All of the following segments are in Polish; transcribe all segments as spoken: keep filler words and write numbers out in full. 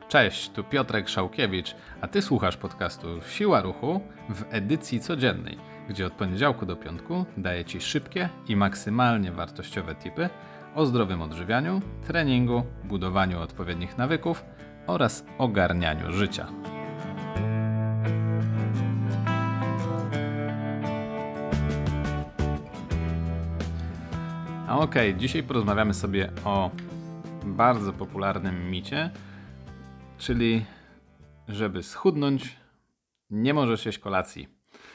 Cześć, tu Piotrek Szałkiewicz, a Ty słuchasz podcastu Siła Ruchu w edycji codziennej, gdzie od poniedziałku do piątku daję Ci szybkie i maksymalnie wartościowe tipy o zdrowym odżywianiu, treningu, budowaniu odpowiednich nawyków oraz ogarnianiu życia. A okej, okay, dzisiaj porozmawiamy sobie o bardzo popularnym micie, czyli żeby schudnąć, nie możesz jeść kolacji.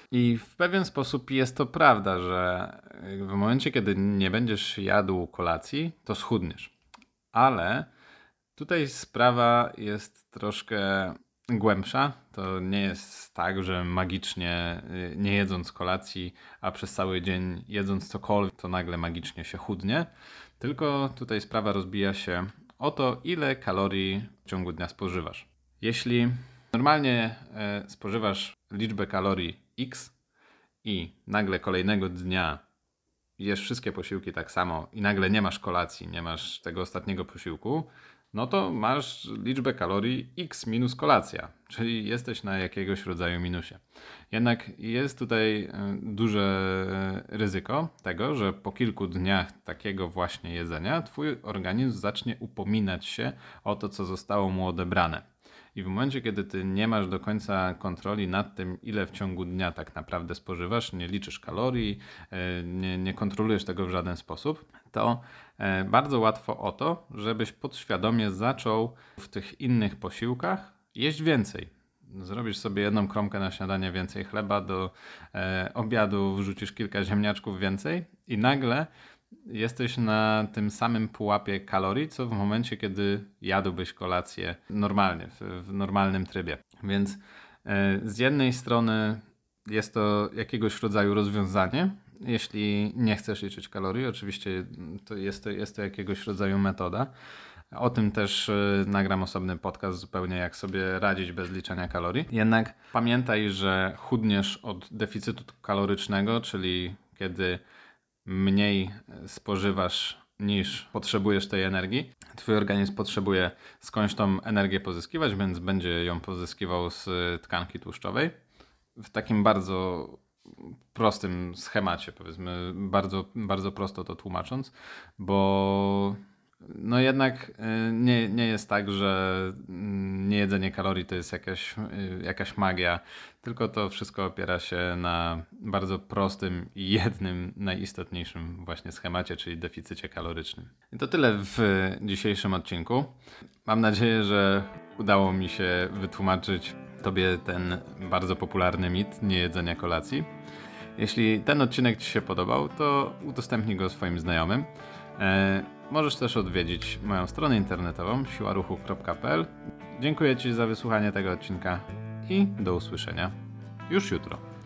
I w pewien sposób jest to prawda, że w momencie, kiedy nie będziesz jadł kolacji, to schudniesz. Ale tutaj sprawa jest troszkę głębsza. To nie jest tak, że magicznie nie jedząc kolacji, a przez cały dzień jedząc cokolwiek, to nagle magicznie się chudnie. Tylko tutaj sprawa rozbija się o to, ile kalorii w ciągu dnia spożywasz. Jeśli normalnie e, spożywasz liczbę kalorii X i nagle kolejnego dnia jesz wszystkie posiłki tak samo i nagle nie masz kolacji, nie masz tego ostatniego posiłku, no to masz liczbę kalorii X minus kolacja, czyli jesteś na jakiegoś rodzaju minusie. Jednak jest tutaj duże ryzyko tego, że po kilku dniach takiego właśnie jedzenia twój organizm zacznie upominać się o to, co zostało mu odebrane. I w momencie, kiedy ty nie masz do końca kontroli nad tym, ile w ciągu dnia tak naprawdę spożywasz, nie liczysz kalorii, nie, nie kontrolujesz tego w żaden sposób, to bardzo łatwo o to, żebyś podświadomie zaczął w tych innych posiłkach jeść więcej. Zrobisz sobie jedną kromkę na śniadanie więcej chleba, do e, obiadu wrzucisz kilka ziemniaczków więcej i nagle jesteś na tym samym pułapie kalorii, co w momencie, kiedy jadłbyś kolację normalnie, w, w normalnym trybie. Więc e, z jednej strony jest to jakiegoś rodzaju rozwiązanie, jeśli nie chcesz liczyć kalorii. Oczywiście to jest, to jest to jakiegoś rodzaju metoda. O tym też y, nagram osobny podcast zupełnie, jak sobie radzić bez liczenia kalorii. Jednak pamiętaj, że chudniesz od deficytu kalorycznego, czyli kiedy mniej spożywasz niż potrzebujesz tej energii. Twój organizm potrzebuje skądś tą energię pozyskiwać, więc będzie ją pozyskiwał z tkanki tłuszczowej. W takim bardzo prostym schemacie, powiedzmy, bardzo, bardzo prosto to tłumacząc, bo no jednak nie, nie jest tak, że niejedzenie kalorii to jest jakaś, jakaś magia, tylko to wszystko opiera się na bardzo prostym i jednym najistotniejszym właśnie schemacie, czyli deficycie kalorycznym. I to tyle w dzisiejszym odcinku. Mam nadzieję, że udało mi się wytłumaczyć Tobie ten bardzo popularny mit niejedzenia kolacji. Jeśli ten odcinek Ci się podobał, to udostępnij go swoim znajomym. E, możesz też odwiedzić moją stronę internetową siła ruchu kropka p l. Dziękuję Ci za wysłuchanie tego odcinka i do usłyszenia już jutro.